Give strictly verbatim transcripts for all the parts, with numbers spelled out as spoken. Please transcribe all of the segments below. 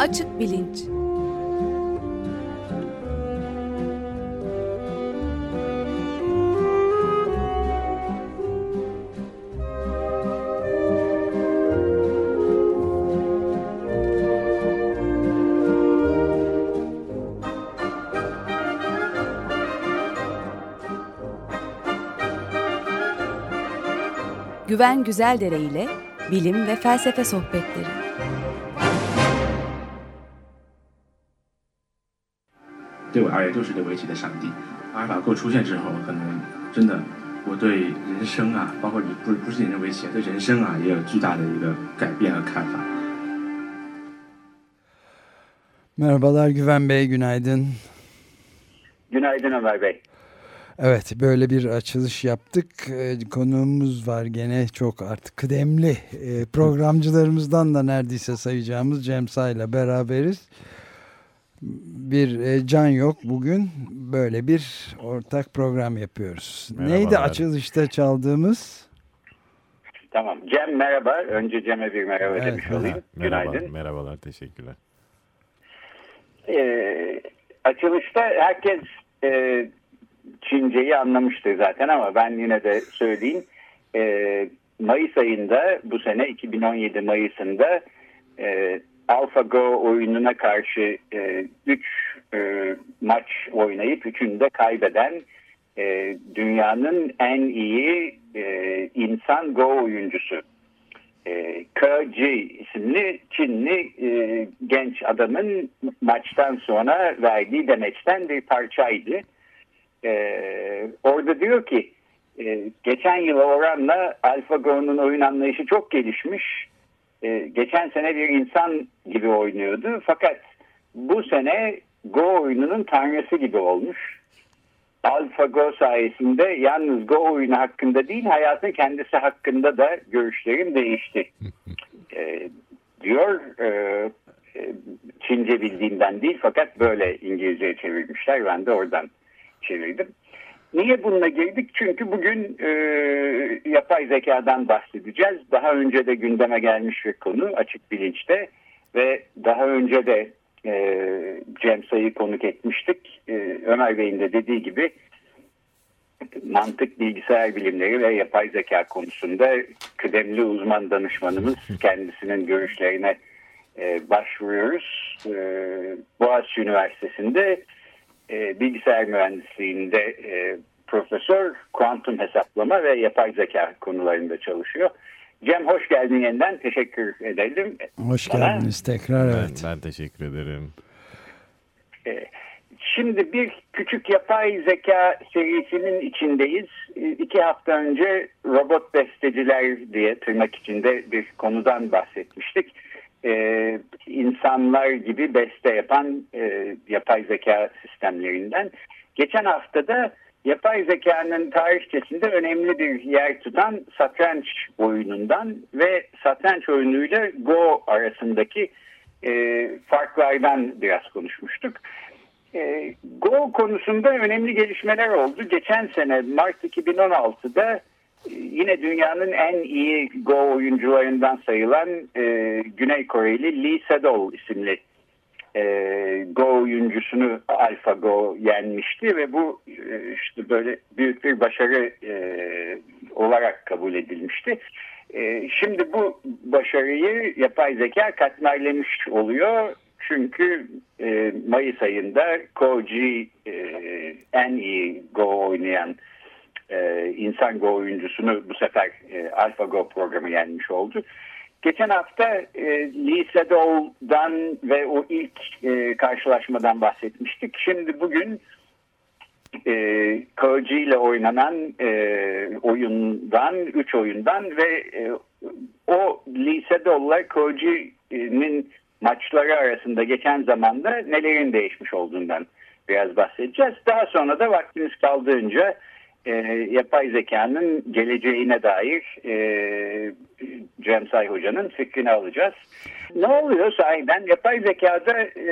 Açık Bilinç. Güven Güzeldere ile bilim ve felsefe sohbetleri. 对我而言就是个围棋的上帝。阿尔法狗出现之后，可能真的我对人生啊，包括你不不是仅是围棋，对人生啊也有巨大的一个改变和看法。 Merhabalar Güven Bey, günaydın. Günaydın Ömer Bey. Evet, böyle bir açılış yaptık. Konuğumuz var gene, çok artık kıdemli programcılarımızdan da neredeyse sayacağımız Cem Say'la beraberiz. Bir can yok bugün, böyle bir ortak program yapıyoruz. Merhabalar. Neydi açılışta çaldığımız? Tamam, Cem merhaba. Önce Cem'e bir merhaba evet, demiş olayım. Merhaba, Günaydın. merhabalar, teşekkürler. Ee, açılışta herkes e, Çince'yi anlamıştır zaten ama ben yine de söyleyeyim. Ee, Mayıs ayında, bu sene iki bin on yedi Mayıs'ında e, AlphaGo oyununa karşı üç e, e, maç oynayıp üçünü de kaybeden e, dünyanın en iyi e, insan Go oyuncusu e, Ke Ji isimli Çinli e, genç adamın maçtan sonra verdiği demeçten bir parçaydı. E, orada diyor ki e, geçen yıla oranla AlphaGo'nun oyun anlayışı çok gelişmiş. Ee, geçen sene bir insan gibi oynuyordu. Fakat bu sene Go oyununun tanrısı gibi olmuş. AlphaGo sayesinde yalnız Go oyunu hakkında değil, hayatın kendisi hakkında da görüşlerim değişti. Ee, diyor, e, Çince bildiğimden değil fakat böyle İngilizceye çevirmişler. Ben de oradan çevirdim. Niye bununla girdik? Çünkü bugün e, yapay zekadan bahsedeceğiz. Daha önce de gündeme gelmiş bir konu Açık Bilinç'te ve daha önce de e, Cem Say'ı konuk etmiştik. E, Ömer Bey'in de dediği gibi mantık, bilgisayar bilimleri ve yapay zeka konusunda kıdemli uzman danışmanımız kendisinin görüşlerine e, başvuruyoruz. E, Boğaziçi Üniversitesi'nde E, bilgisayar mühendisliğinde e, profesör, kuantum hesaplama ve yapay zeka konularında çalışıyor. Cem hoş geldin yeniden. Teşekkür ederim. Hoş Bana. geldiniz tekrar. Ben, evet. ben teşekkür ederim. E, şimdi bir küçük yapay zeka serisinin içindeyiz. E, iki hafta önce robot besteciler diye tırnak içinde bir konudan bahsetmiştik. Ee, insanlar gibi beste yapan e, yapay zeka sistemlerinden. Geçen haftada yapay zekanın tarihçesinde önemli bir yer tutan satranç oyunundan ve satranç oyunuyla Go arasındaki e, farklardan biraz konuşmuştuk. E, Go konusunda önemli gelişmeler oldu. Geçen sene Mart iki bin on altıda yine dünyanın en iyi Go oyuncularından sayılan e, Güney Koreli Lee Sedol isimli e, Go oyuncusunu AlphaGo yenmişti ve bu e, işte böyle büyük bir başarı e, olarak kabul edilmişti. E, şimdi bu başarıyı yapay zeka katmerlemiş oluyor. Çünkü e, Mayıs ayında Ke Ji e, en iyi Go oynayan Ee, insan Go oyuncusunu bu sefer e, AlphaGo programı yenmiş oldu. Geçen hafta e, Lee Sedol'dan ve o ilk e, karşılaşmadan bahsetmiştik. Şimdi bugün e, Ke Ji ile oynanan e, oyundan, üç oyundan ve e, o Lee Sedol'la Ke Ji'nin maçları arasında geçen zamanda nelerin değişmiş olduğundan biraz bahsedeceğiz. Daha sonra da vaktimiz kaldığınca E, yapay zekanın geleceğine dair e, Cem Say Hoca'nın fikrini alacağız. Ne oluyor sahiden? Yapay zekada e,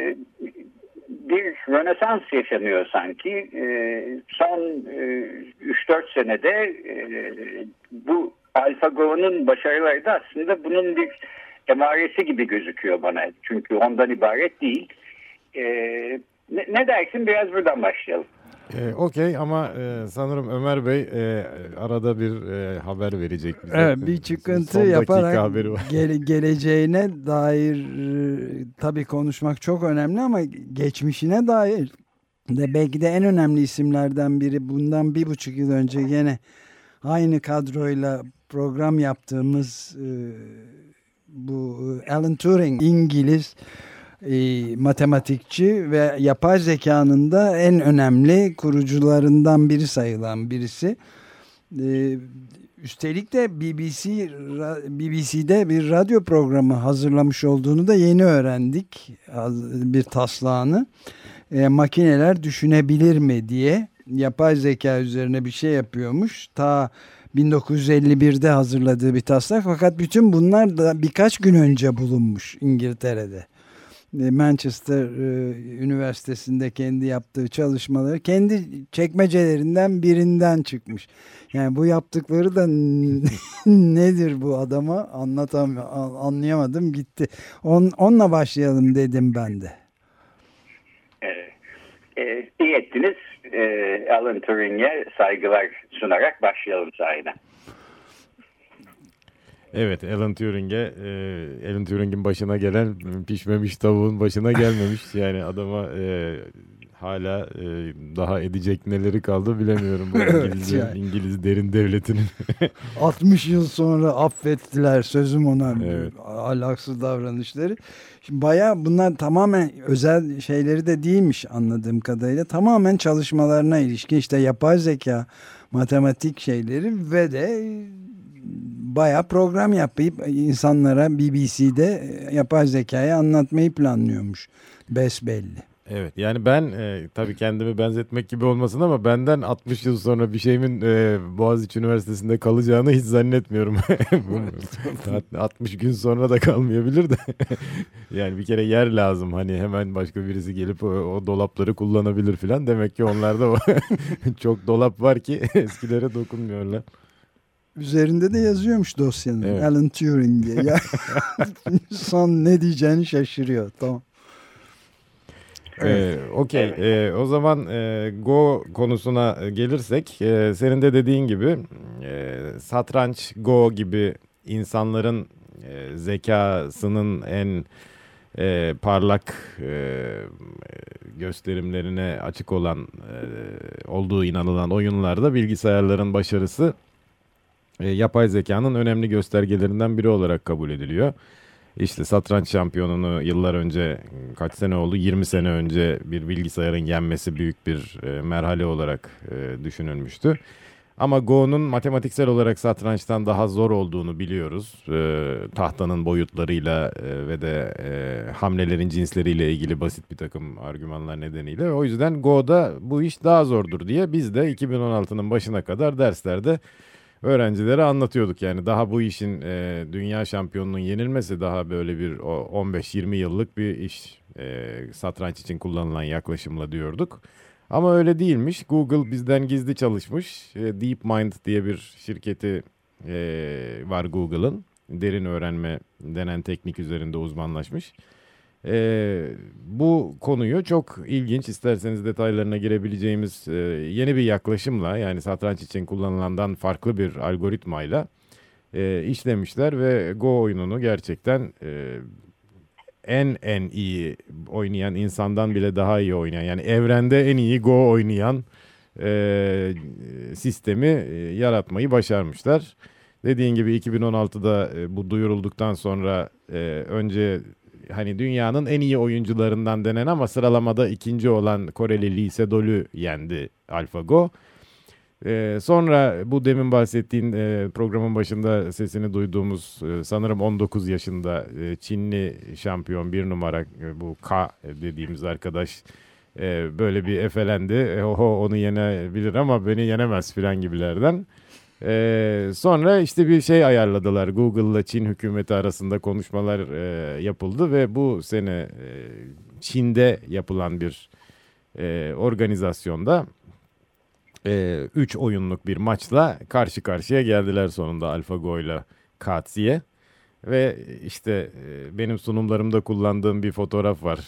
bir rönesans yaşanıyor sanki. E, son e, üç dört senede e, bu AlphaGo'nun başarıları da aslında bunun bir emaresi gibi gözüküyor bana. Çünkü ondan ibaret değil. E, ne, ne dersin? Biraz buradan başlayalım. E, Okey ama e, sanırım Ömer Bey e, arada bir e, haber verecek bize. Evet, bir çıkıntı Son dakika yaparak haberi var. gele, geleceğine dair e, tabii konuşmak çok önemli ama geçmişine dair de belki de en önemli isimlerden biri. Bundan bir buçuk yıl önce yine aynı kadroyla program yaptığımız e, bu Alan Turing, İngiliz e, matematikçi ve yapay zekanın da en önemli kurucularından biri sayılan birisi. E, üstelik de B B C B B C'de bir radyo programı hazırlamış olduğunu da yeni öğrendik. Bir taslağını. E, makineler düşünebilir mi diye yapay zeka üzerine bir şey yapıyormuş. Ta bin dokuz yüz elli birde hazırladığı bir taslak, fakat bütün bunlar da birkaç gün önce bulunmuş İngiltere'de. E, Manchester e, Üniversitesi'nde kendi yaptığı çalışmaları kendi çekmecelerinden birinden çıkmış. Yani bu yaptıkları da nedir bu adama anlatam anlayamadım gitti. On, onunla başlayalım dedim ben de. E, iyi ettiniz. E, Alan Turing'e saygılar sunarak başlayalım sahiden. Evet, Alan Turing'e e, Alan Turing'in başına gelen pişmemiş tavuğun başına gelmemiş. Yani adama e, hala e, daha edecek neleri kaldı bilemiyorum bu İngiliz, yani. İngiliz derin devletinin. altmış yıl sonra affettiler sözüm ona, evet. ahlaksız davranışları. Şimdi bayağı bunlar tamamen özel şeyleri de değilmiş anladığım kadarıyla. Tamamen çalışmalarına ilişkin işte yapay zeka, matematik şeyleri ve de bayağı program yapıp insanlara B B C'de yapay zekayı anlatmayı planlıyormuş besbelli. Evet, yani ben e, tabii kendimi benzetmek gibi olmasın ama benden altmış yıl sonra bir şeyimin e, Boğaziçi Üniversitesi'nde kalacağını hiç zannetmiyorum. altmış gün sonra da kalmayabilir de. Yani bir kere yer lazım, hani hemen başka birisi gelip o, o dolapları kullanabilir falan. Demek ki onlarda çok dolap var ki eskilere dokunmuyorlar. Üzerinde de yazıyormuş dosyanın, evet. Alan Turing diye. Ya, son ne diyeceğini şaşırıyor. Tamam. Evet. Ee, Okey. Evet. Ee, o zaman e, Go konusuna gelirsek, e, senin de dediğin gibi e, satranç, Go gibi insanların e, zekasının en e, parlak e, gösterimlerine açık olan e, olduğu inanılan oyunlarda bilgisayarların başarısı e, yapay zekanın önemli göstergelerinden biri olarak kabul ediliyor. İşte satranç şampiyonunu yıllar önce, kaç sene oldu? yirmi sene önce bir bilgisayarın yenmesi büyük bir e, merhale olarak e, düşünülmüştü. Ama Go'nun matematiksel olarak satrançtan daha zor olduğunu biliyoruz. E, tahtanın boyutlarıyla e, ve de e, hamlelerin cinsleriyle ilgili basit bir takım argümanlar nedeniyle. O yüzden Go'da bu iş daha zordur diye biz de iki bin on altının başına kadar derslerde öğrencilere anlatıyorduk. Yani daha bu işin e, dünya şampiyonunun yenilmesi daha böyle bir on beş yirmi yıllık bir iş, e, satranç için kullanılan yaklaşımla diyorduk. Ama öyle değilmiş. Google bizden gizli çalışmış. E, DeepMind diye bir şirketi e, var Google'ın. Derin öğrenme denen teknik üzerinde uzmanlaşmış. Ee, bu konuyu çok ilginç, isterseniz detaylarına girebileceğimiz e, yeni bir yaklaşımla, yani satranç için kullanılandan farklı bir algoritmayla e, işlemişler ve Go oyununu gerçekten e, en en iyi oynayan insandan bile daha iyi oynayan, yani evrende en iyi Go oynayan e, sistemi e, yaratmayı başarmışlar. Dediğin gibi iki bin on altıda e, bu duyurulduktan sonra e, önce hani dünyanın en iyi oyuncularından denen ama sıralamada ikinci olan Koreli Lee Sedol'ü yendi AlphaGo. Ee, sonra bu demin bahsettiğin e, programın başında sesini duyduğumuz e, sanırım on dokuz yaşında e, Çinli şampiyon bir numara e, bu K dediğimiz arkadaş e, böyle bir efelendi. E, oho onu yenebilir ama beni yenemez filan gibilerden. Ee, sonra işte bir şey ayarladılar. Google'la Çin hükümeti arasında konuşmalar e, yapıldı ve bu sene e, Çin'de yapılan bir e, organizasyonda üç oyunluk bir maçla karşı karşıya geldiler sonunda AlphaGo ile Katsi'ye. Ve işte benim sunumlarımda kullandığım bir fotoğraf var.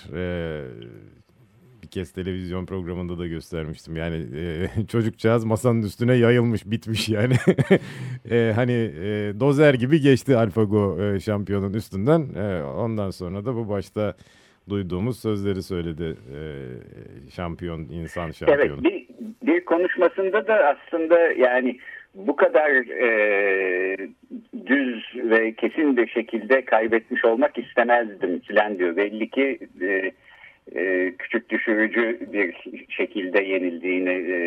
Bir kez televizyon programında da göstermiştim. Yani çocukcağız masanın üstüne yayılmış, bitmiş yani. Hani dozer gibi geçti AlphaGo şampiyonun üstünden. Ondan sonra da bu başta duyduğumuz sözleri söyledi şampiyon, insan şampiyonu. Evet, bir, bir konuşmasında da aslında yani bu kadar e, düz ve kesin bir şekilde kaybetmiş olmak istemezdim filan diyor. Belli ki e, e, küçük düşürücü bir şekilde yenildiğini e,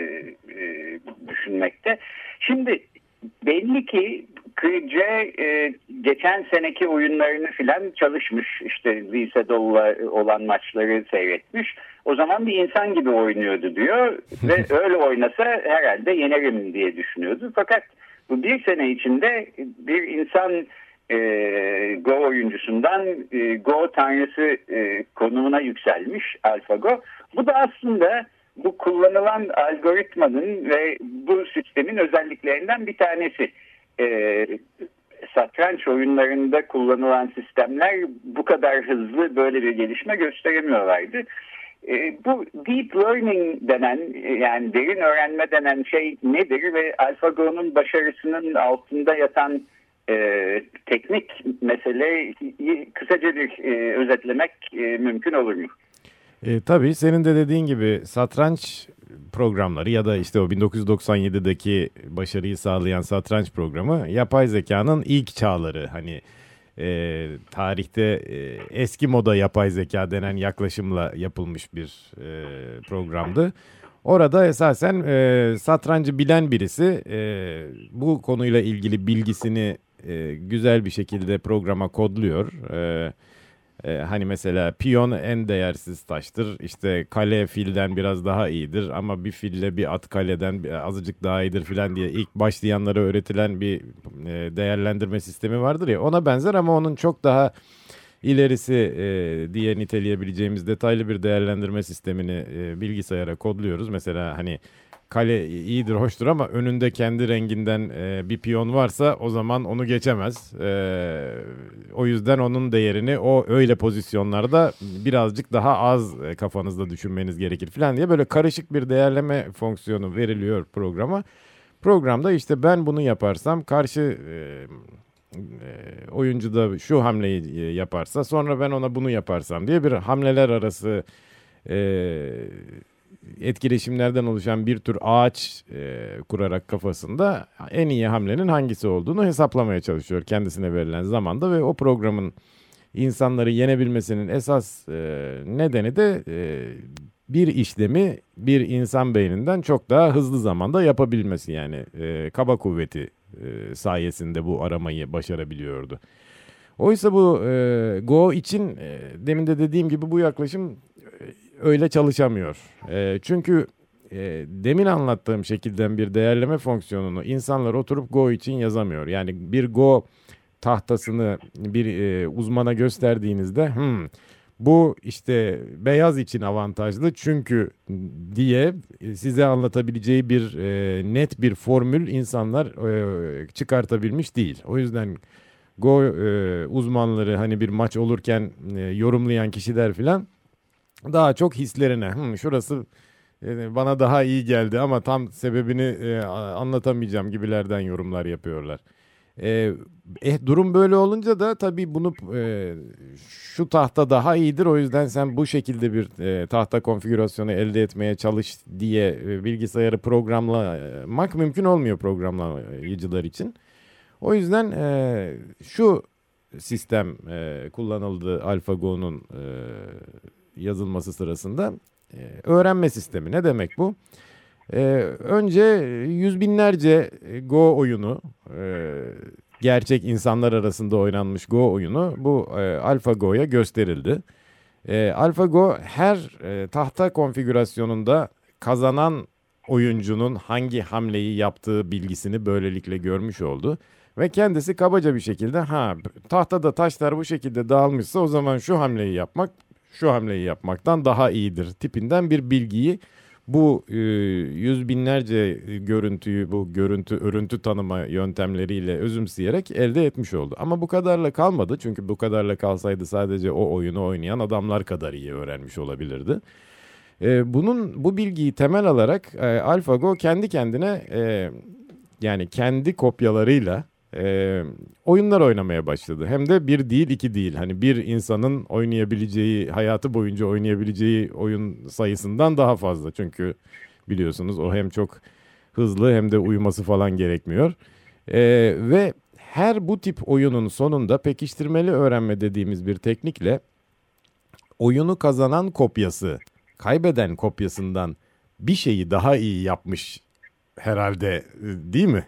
e, düşünmekte. Şimdi belli ki Krejci e, geçen seneki oyunlarını filan çalışmış. İşte lisede olan maçları seyretmiş. O zaman bir insan gibi oynuyordu diyor ve öyle oynasa herhalde yenerim diye düşünüyordu. Fakat bu bir sene içinde bir insan e, Go oyuncusundan e, Go tanrısı e, konumuna yükselmiş AlphaGo. Bu da aslında bu kullanılan algoritmanın ve bu sistemin özelliklerinden bir tanesi. E, satranç oyunlarında kullanılan sistemler bu kadar hızlı böyle bir gelişme gösteremiyorlardı. E, bu deep learning denen, yani derin öğrenme denen şey nedir ve AlphaGo'nun başarısının altında yatan e, teknik meseleyi kısaca bir e, özetlemek e, mümkün olur mu? E, tabii senin de dediğin gibi satranç programları ya da işte o bin dokuz yüz doksan yedideki başarıyı sağlayan satranç programı yapay zekanın ilk çağları. Hani e, tarihte e, eski moda yapay zeka denen yaklaşımla yapılmış bir e, programdı. Orada esasen e, satrancı bilen birisi e, bu konuyla ilgili bilgisini e, güzel bir şekilde programa kodluyor. E, Ee, hani mesela piyon en değersiz taştır. İşte kale filden biraz daha iyidir ama bir fille bir at kaleden azıcık daha iyidir filan diye ilk başlayanlara öğretilen bir e, değerlendirme sistemi vardır ya, ona benzer ama onun çok daha ilerisi e, diye niteleyebileceğimiz detaylı bir değerlendirme sistemini e, bilgisayara kodluyoruz. Mesela hani kale iyidir, hoştur ama önünde kendi renginden e, bir piyon varsa o zaman onu geçemez. E, o yüzden onun değerini o öyle pozisyonlarda birazcık daha az e, kafanızda düşünmeniz gerekir falan diye böyle karışık bir değerleme fonksiyonu veriliyor programa. Programda işte ben bunu yaparsam karşı e, e, oyuncu da şu hamleyi e, yaparsa sonra ben ona bunu yaparsam diye bir hamleler arası e, etkileşimlerden oluşan bir tür ağaç e, kurarak kafasında en iyi hamlenin hangisi olduğunu hesaplamaya çalışıyor kendisine verilen zamanda ve o programın insanları yenebilmesinin esas e, nedeni de e, bir işlemi bir insan beyninden çok daha hızlı zamanda yapabilmesi, yani e, kaba kuvveti e, sayesinde bu aramayı başarabiliyordu. Oysa bu e, Go için e, demin de dediğim gibi bu yaklaşım e, öyle çalışamıyor. E, çünkü e, demin anlattığım şekilde bir değerleme fonksiyonunu insanlar oturup Go için yazamıyor. Yani bir Go tahtasını bir e, uzmana gösterdiğinizde hmm, bu işte beyaz için avantajlı çünkü diye size anlatabileceği bir e, net bir formül insanlar e, çıkartabilmiş değil. O yüzden Go e, uzmanları hani bir maç olurken e, yorumlayan kişiler filan daha çok hislerine hmm, şurası e, bana daha iyi geldi ama tam sebebini e, anlatamayacağım gibilerden yorumlar yapıyorlar. E, eh, durum böyle olunca da tabii bunu e, şu tahta daha iyidir o yüzden sen bu şekilde bir e, tahta konfigürasyonu elde etmeye çalış diye e, bilgisayarı programlamak mümkün olmuyor programlayıcılar için. O yüzden e, şu sistem e, kullanıldı AlphaGo'nun e, yazılması sırasında. E, öğrenme sistemi ne demek bu? E, önce yüz binlerce Go oyunu, e, gerçek insanlar arasında oynanmış Go oyunu bu e, AlphaGo'ya gösterildi. E, AlphaGo her e, tahta konfigürasyonunda kazanan oyuncunun hangi hamleyi yaptığı bilgisini böylelikle görmüş oldu. Ve kendisi kabaca bir şekilde ha tahtada taşlar bu şekilde dağılmışsa o zaman şu hamleyi yapmak şu hamleyi yapmaktan daha iyidir tipinden bir bilgiyi bu e, yüz binlerce görüntüyü, bu görüntü örüntü tanıma yöntemleriyle özümseyerek elde etmiş oldu. Ama bu kadarla kalmadı, çünkü bu kadarla kalsaydı sadece o oyunu oynayan adamlar kadar iyi öğrenmiş olabilirdi. E, bunun bu bilgiyi temel alarak e, AlphaGo kendi kendine e, yani kendi kopyalarıyla e, oyunlar oynamaya başladı. Hem de bir değil iki değil. Hani bir insanın oynayabileceği, hayatı boyunca oynayabileceği oyun sayısından daha fazla. Çünkü biliyorsunuz o hem çok hızlı hem de uyuması falan gerekmiyor. E, ve her bu tip oyunun sonunda pekiştirmeli öğrenme dediğimiz bir teknikle oyunu kazanan kopyası kaybeden kopyasından bir şeyi daha iyi yapmış herhalde, değil mi?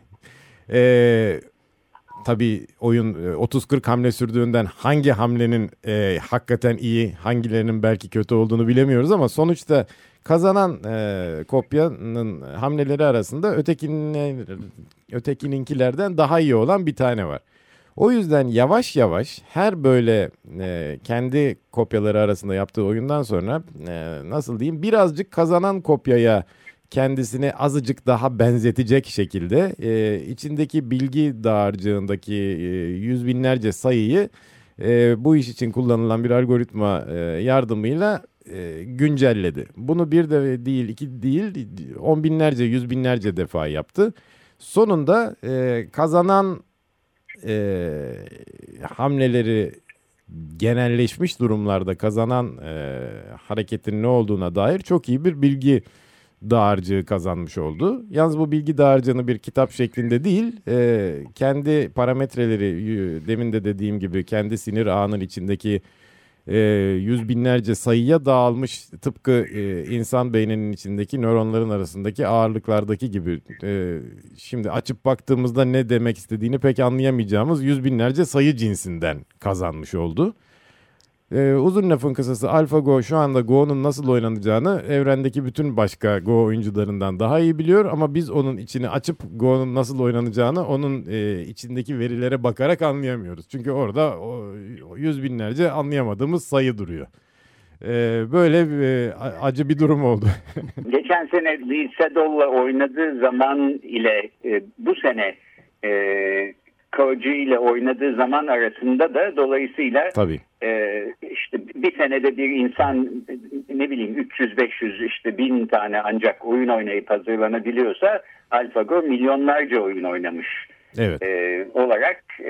Ee, tabii oyun otuz kırk hamle sürdüğünden hangi hamlenin e, hakikaten iyi, hangilerinin belki kötü olduğunu bilemiyoruz ama sonuçta kazanan e, kopyanın hamleleri arasında ötekinin, ötekininkilerden daha iyi olan bir tane var. O yüzden yavaş yavaş her böyle e, kendi kopyaları arasında yaptığı oyundan sonra e, nasıl diyeyim, birazcık kazanan kopyaya kendisini azıcık daha benzetecek şekilde e, içindeki bilgi dağarcığındaki e, yüz binlerce sayıyı e, bu iş için kullanılan bir algoritma e, yardımıyla e, güncelledi. Bunu bir de değil, iki değil, on binlerce, yüz binlerce defa yaptı. Sonunda e, kazanan e, hamleleri genelleşmiş durumlarda kazanan e, hareketin ne olduğuna dair çok iyi bir bilgi dağarcığı kazanmış oldu. Yalnız bu bilgi dağarcığını bir kitap şeklinde değil, e, kendi parametreleri, demin de dediğim gibi kendi sinir ağının içindeki e, yüz binlerce sayıya dağılmış, tıpkı e, insan beyninin içindeki nöronların arasındaki ağırlıklardaki gibi. E, şimdi açıp baktığımızda ne demek istediğini pek anlayamayacağımız yüz binlerce sayı cinsinden kazanmış oldu. Ee, uzun lafın kısası, AlphaGo şu anda Go'nun nasıl oynanacağını evrendeki bütün başka Go oyuncularından daha iyi biliyor ama biz onun içini açıp Go'nun nasıl oynanacağını onun e, içindeki verilere bakarak anlayamıyoruz. Çünkü orada o, o yüz binlerce anlayamadığımız sayı duruyor. Ee, böyle e, acı bir durum oldu. Geçen sene Lee Sedol'la oynadığı zaman ile e, bu sene e, Koji ile oynadığı zaman arasında da dolayısıyla Tabii. e, işte bir senede bir insan ne bileyim üç yüz beş yüz işte bin tane ancak oyun oynayıp hazırlanabiliyorsa AlphaGo milyonlarca oyun oynamış. Evet. E, olarak e,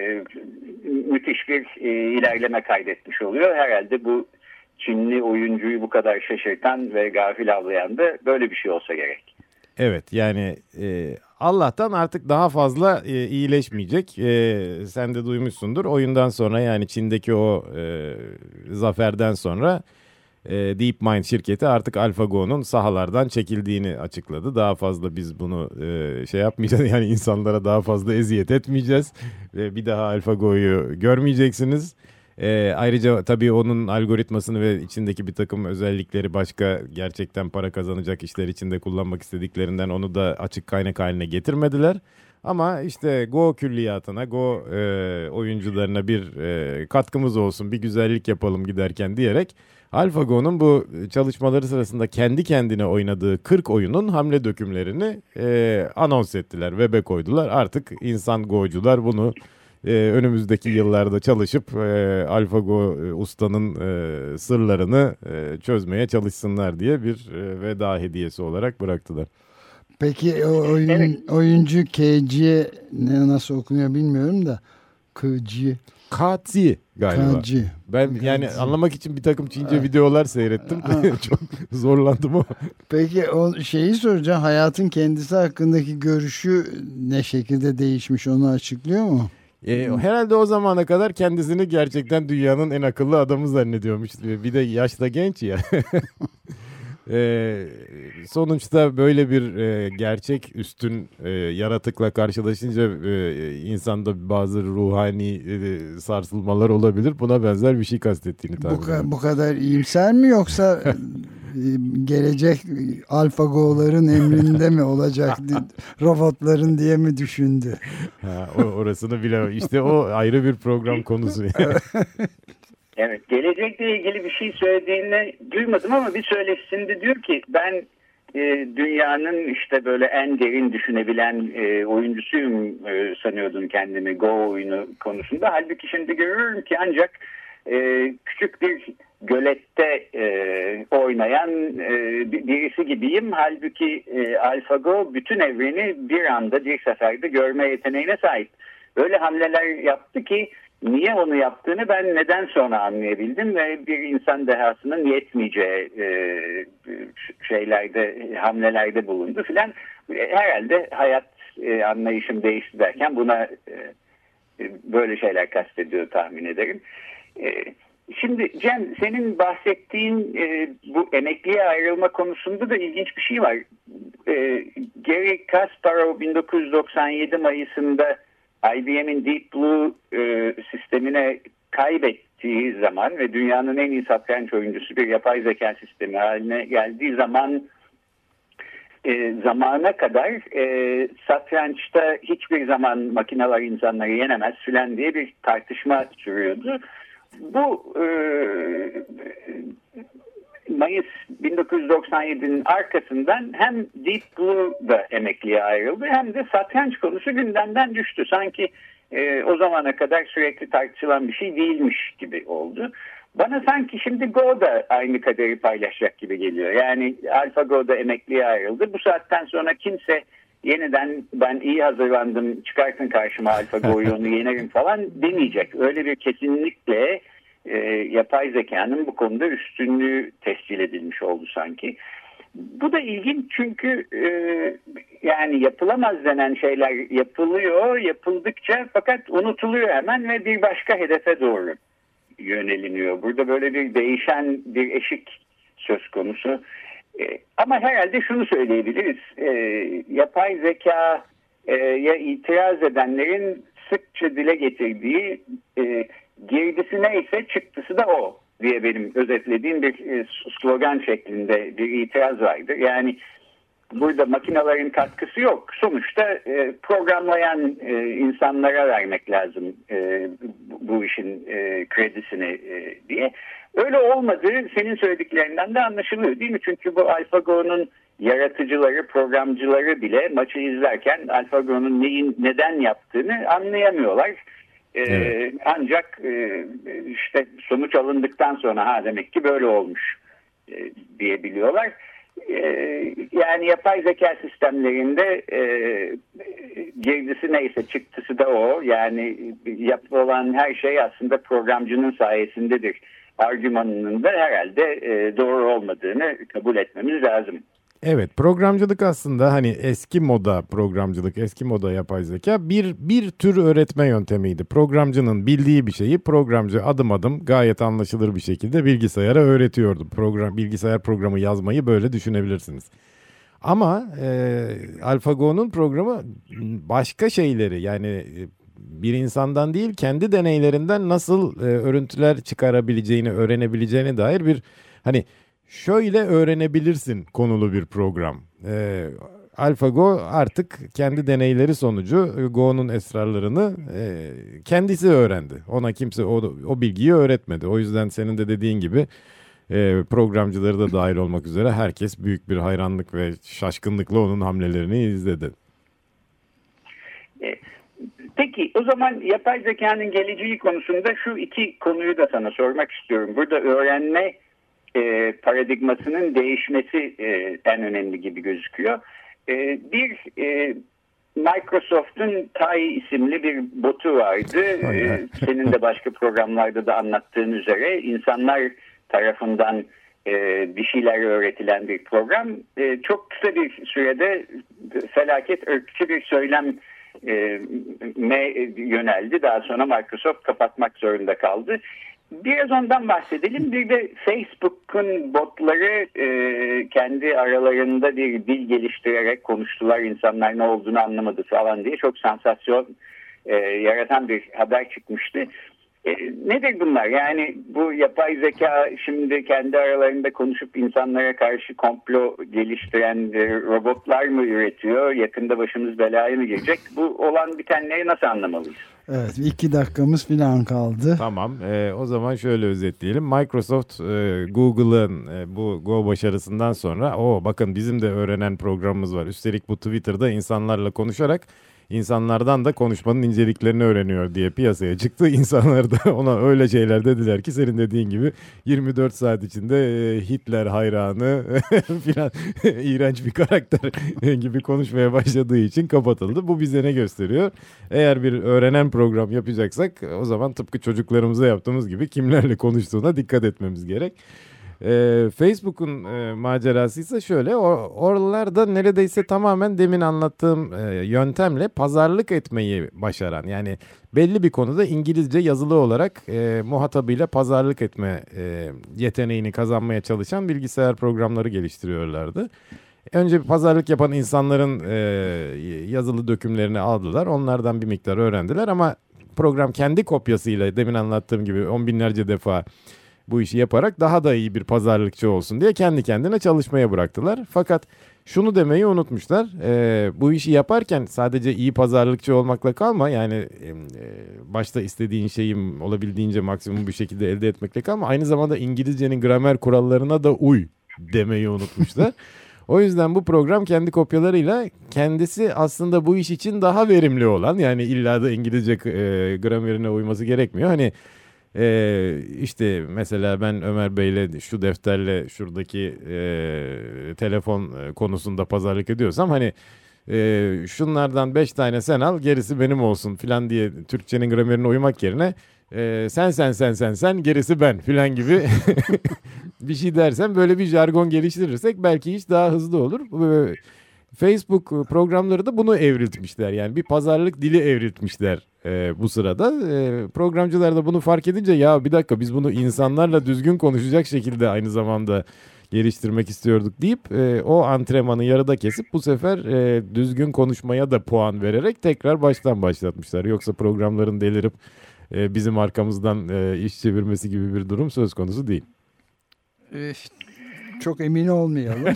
müthiş bir e, ilerleme kaydetmiş oluyor. Herhalde bu Çinli oyuncuyu bu kadar şaşırtan ve gafil avlayan da böyle bir şey olsa gerek. Evet, yani e, Allah'tan artık daha fazla e, iyileşmeyecek. E, sen de duymuşsundur. Oyundan sonra, yani Çin'deki o e, zaferden sonra e, DeepMind şirketi artık AlphaGo'nun sahalardan çekildiğini açıkladı. Daha fazla biz bunu e, şey yapmayacağız. Yani insanlara daha fazla eziyet etmeyeceğiz. E, bir daha AlphaGo'yu görmeyeceksiniz. E, ayrıca tabii onun algoritmasını ve içindeki bir takım özellikleri başka gerçekten para kazanacak işler içinde kullanmak istediklerinden onu da açık kaynak haline getirmediler. Ama işte Go külliyatına, Go e, oyuncularına bir e, katkımız olsun, bir güzellik yapalım giderken diyerek AlphaGo'nun bu çalışmaları sırasında kendi kendine oynadığı kırk oyunun hamle dökümlerini e, anons ettiler, web'e koydular. Artık insan Go'cular bunu Ee, önümüzdeki yıllarda çalışıp e, AlphaGo e, ustanın e, sırlarını e, çözmeye çalışsınlar diye bir e, veda hediyesi olarak bıraktılar. Peki o oyun, evet. oyuncu K G ne nasıl okunuyor bilmiyorum da K G Kazi galiba. Kazi. Ben Kazi. Yani anlamak için bir takım Çince videolar seyrettim. Çok zorlandım o. Peki o şeyi soracağım. Hayatın kendisi hakkındaki görüşü ne şekilde değişmiş, onu açıklıyor mu? E, herhalde o zamana kadar kendisini gerçekten dünyanın en akıllı adamı zannediyormuş. Bir de yaşta genç ya. e, sonuçta böyle bir e, gerçek üstün e, yaratıkla karşılaşınca e, insanda bazı ruhani e, sarsılmalar olabilir. Buna benzer bir şey kastettiğini tahmin ediyorum. Bu, bu kadar iyimser mi, yoksa gelecek AlphaGo'ların emrinde mi olacak robotların diye mi düşündü? Ha, orasını bilemem. İşte o ayrı bir program konusu. Evet, gelecekle ilgili bir şey söylediğini duymadım ama bir söyleşisinde diyor ki ben e, dünyanın işte böyle en derin düşünebilen e, oyuncusuyum e, sanıyordum kendimi Go oyunu konusunda. Halbuki şimdi görüyorum ki ancak e, küçük bir gölette e, oynayan e, birisi gibiyim. Halbuki e, AlphaGo bütün evreni bir anda bir seferde görme yeteneğine sahip. Öyle hamleler yaptı ki niye onu yaptığını ben neden sonra anlayabildim ve bir insan dehasının yetmeyeceği e, şeylerde, hamlelerde bulundu filan. Herhalde hayat e, anlayışım değişti derken buna e, böyle şeyler kastediyor tahmin ederim. E, şimdi Cem, senin bahsettiğin e, bu emekliye ayrılma konusunda da ilginç bir şey var. E, Gary Kasparov bin dokuz yüz doksan yedi Mayıs'ında I B M'in Deep Blue e, sistemine kaybettiği zaman ve dünyanın en iyi satranç oyuncusu bir yapay zeka sistemi haline geldiği zaman e, zamana kadar e, satrançta hiçbir zaman makineler insanları yenemez filan diye bir tartışma sürüyordu. Bu e, Mayıs bin dokuz yüz doksan yedi'nin arkasından hem Deep Blue da emekliye ayrıldı hem de satranç konusu gündemden düştü. Sanki e, o zamana kadar sürekli tartışılan bir şey değilmiş gibi oldu. Bana sanki şimdi Go da aynı kaderi paylaşacak gibi geliyor. Yani AlphaGo da emekliye ayrıldı. Bu saatten sonra kimse yeniden ben iyi hazırlandım çıkartın karşıma AlphaGo'yu onu yenerim falan demeyecek. Öyle bir kesinlikle E, yapay zekanın bu konuda üstünlüğü tescil edilmiş oldu sanki. Bu da ilginç çünkü e, yani yapılamaz denen şeyler yapılıyor, yapıldıkça fakat unutuluyor hemen ve bir başka hedefe doğru yöneliniyor. Burada böyle bir değişen bir eşik söz konusu. E, ama herhalde şunu söyleyebiliriz. E, yapay zekaya itiraz edenlerin sıkça dile getirdiği e, girdisi neyse çıktısı da o diye benim özetlediğim bir slogan şeklinde bir itiraz vardı. Yani burada makinelerin katkısı yok. Sonuçta programlayan insanlara vermek lazım bu işin kredisini diye. Öyle olmadığı senin söylediklerinden de anlaşılıyor değil mi? Çünkü bu AlphaGo'nun yaratıcıları, programcıları bile maçı izlerken AlphaGo'nun neyin neden yaptığını anlayamıyorlar. Evet. Ee, ancak e, işte sonuç alındıktan sonra ha demek ki böyle olmuş e, diyebiliyorlar. E, yani yapay zeka sistemlerinde e, girdisi neyse çıktısı da o. Yani yapılan her şey aslında programcının sayesindedir. Argümanının da herhalde e, doğru olmadığını kabul etmemiz lazım. Evet, programcılık aslında hani eski moda programcılık, eski moda yapay zeka bir bir tür öğretme yöntemiydi. Programcının bildiği bir şeyi programcı adım adım gayet anlaşılır bir şekilde bilgisayara öğretiyordu. Program bilgisayar programı yazmayı böyle düşünebilirsiniz. Ama e, AlphaGo'nun programı başka şeyleri yani bir insandan değil kendi deneylerinden nasıl e, örüntüler çıkarabileceğini, öğrenebileceğine dair bir hani şöyle öğrenebilirsin konulu bir program. Ee, AlphaGo artık kendi deneyleri sonucu Go'nun esrarlarını e, kendisi öğrendi. Ona kimse o, o bilgiyi öğretmedi. O yüzden senin de dediğin gibi e, programcıları da dahil olmak üzere herkes büyük bir hayranlık ve şaşkınlıkla onun hamlelerini izledi. Peki o zaman yapay zekanın geleceği konusunda şu iki konuyu da sana sormak istiyorum. Burada öğrenme E, paradigmasının değişmesi e, en önemli gibi gözüküyor. E, bir e, Microsoft'un Tay isimli bir botu vardı. E, senin de başka programlarda da anlattığın üzere insanlar tarafından e, bir şeyler öğretilen bir program. E, çok kısa bir sürede felaket ırkçı bir söylem e, me yöneldi. Daha sonra Microsoft kapatmak zorunda kaldı. Biraz ondan bahsedelim. Bir de Facebook'un botları e, kendi aralarında bir dil geliştirerek konuştular. İnsanlar ne olduğunu anlamadı falan diye çok sansasyon e, yaratan bir haber çıkmıştı. E, nedir bunlar? Yani bu yapay zeka şimdi kendi aralarında konuşup insanlara karşı komplo geliştiren e, robotlar mı üretiyor? Yakında başımız belaya mı girecek? Bu olan bitenleri nasıl anlamalıyız? Evet, iki dakikamız falan kaldı. Tamam. E, o zaman şöyle özetleyelim. Microsoft e, Google'ın e, bu Go başarısından sonra o bakın bizim de öğrenen programımız var. Üstelik bu Twitter'da insanlarla konuşarak insanlardan da konuşmanın inceliklerini öğreniyor diye piyasaya çıktı. İnsanlar da ona öyle şeyler dediler ki senin dediğin gibi yirmi dört saat içinde e, Hitler hayranı filan iğrenç bir karakter gibi konuşmaya başladığı için kapatıldı. Bu bize ne gösteriyor? Eğer bir öğrenen program yapacaksak o zaman tıpkı çocuklarımıza yaptığımız gibi kimlerle konuştuğuna dikkat etmemiz gerek. Ee, Facebook'un e, macerası ise şöyle, or- oralarda neredeyse tamamen demin anlattığım e, yöntemle pazarlık etmeyi başaran, yani belli bir konuda İngilizce yazılı olarak e, muhatabıyla pazarlık etme e, yeteneğini kazanmaya çalışan bilgisayar programları geliştiriyorlardı. Önce bir pazarlık yapan insanların e, yazılı dökümlerini aldılar, onlardan bir miktar öğrendiler ama program kendi kopyasıyla demin anlattığım gibi on binlerce defa bu işi yaparak daha da iyi bir pazarlıkçı olsun diye kendi kendine çalışmaya bıraktılar. Fakat şunu demeyi unutmuşlar. E, bu işi yaparken sadece iyi pazarlıkçı olmakla kalma. Yani e, başta istediğin şeyi olabildiğince maksimum bir şekilde elde etmekle kalma. Aynı zamanda İngilizcenin gramer kurallarına da uy demeyi unutmuşlar. O yüzden bu program kendi kopyalarıyla kendisi aslında bu iş için daha verimli olan, yani illa da İngilizce e, gramerine uyması gerekmiyor. Hani Ee, işte mesela ben Ömer Bey'le şu defterle şuradaki e, telefon konusunda pazarlık ediyorsam hani e, şunlardan beş tane sen al gerisi benim olsun filan diye Türkçenin gramerine uymak yerine e, sen sen sen sen sen gerisi ben filan gibi bir şey dersem, böyle bir jargon geliştirirsek belki iş daha hızlı olur. Facebook programları da bunu evriltmişler, yani bir pazarlık dili evriltmişler e, bu sırada. E, programcılar da bunu fark edince ya bir dakika biz bunu insanlarla düzgün konuşacak şekilde aynı zamanda geliştirmek istiyorduk deyip e, o antrenmanı yarıda kesip bu sefer e, düzgün konuşmaya da puan vererek tekrar baştan başlatmışlar. Yoksa programların delirip e, bizim arkamızdan e, iş çevirmesi gibi bir durum söz konusu değil. Çok emin olmayalım.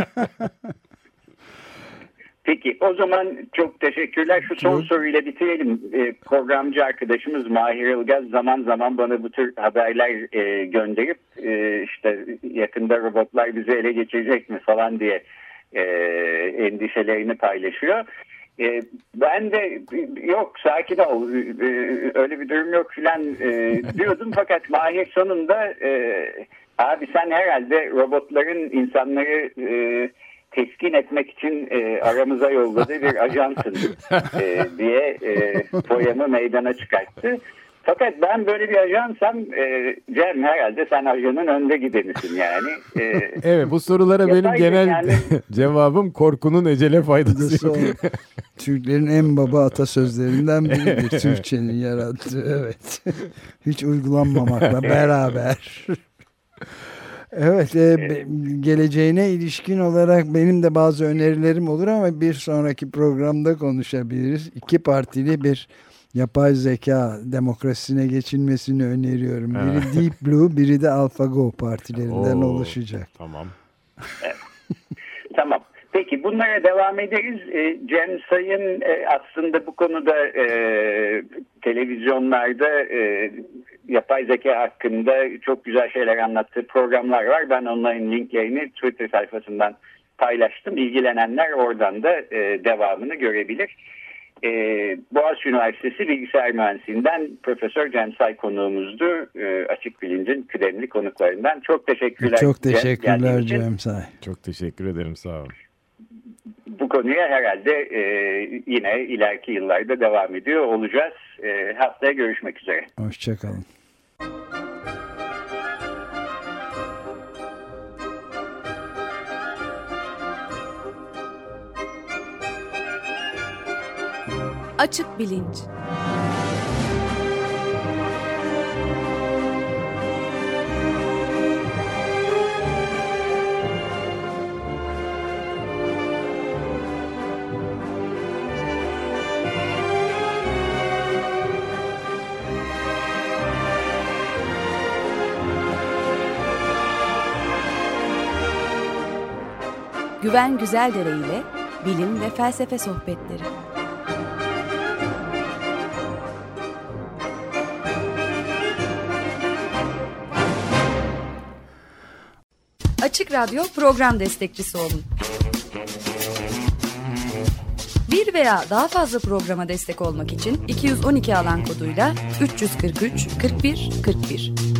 Peki o zaman çok teşekkürler. Şu son Çok... soruyla bitirelim. E, programcı arkadaşımız Mahir Ilgaz zaman zaman bana bu tür haberler e, gönderip e, işte yakında robotlar bizi ele geçirecek mi falan diye e, endişelerini paylaşıyor. E, ben de yok sakin ol e, öyle bir durum yok filan e, diyordum fakat Mahir sonunda e, abi sen herhalde robotların insanları e, teskin etmek için e, aramıza yolladığı bir ajansın e, diye e, poyamı meydana çıkarttı. Fakat ben böyle bir ajansam e, Cem herhalde sen ajanın önde gidenisin yani. E, evet, bu sorulara benim genel yani... cevabım korkunun ecele faydası yok. Türklerin en baba atasözlerinden biridir Türkçenin yarattığı, evet. Hiç uygulanmamakla beraber. Evet, e, geleceğine ilişkin olarak benim de bazı önerilerim olur ama bir sonraki programda konuşabiliriz. İki partili bir yapay zeka demokrasisine geçilmesini öneriyorum. Biri Deep Blue, biri de AlphaGo partilerinden Oo, oluşacak. Tamam. Evet. Tamam. Peki bunlara devam ederiz. E, Cem Sayın e, aslında bu konuda e, televizyonlarda e, yapay zeka hakkında çok güzel şeyler anlattığı programlar var. Ben onların linklerini Twitter sayfasından paylaştım. İlgilenenler oradan da e, devamını görebilir. E, Boğaziçi Üniversitesi Bilgisayar Mühendisliğinden Profesör Cem Say konuğumuzdu. E, Açık Bilinc'in kıdemli konuklarından. Çok teşekkürler. Çok teşekkürler Cem, Cem Say. Çok teşekkür ederim, sağ olun. Bu konuya herhalde e, yine ileriki yıllarda devam ediyor olacağız. E, haftaya görüşmek üzere. Hoşçakalın. Açık Bilinç. Güven Güzeldere ile bilim ve felsefe sohbetleri. Açık Radyo program destekçisi olun. Bir veya daha fazla programa destek olmak için iki yüz on iki alan koduyla üç yüz kırk üç kırk bir kırk bir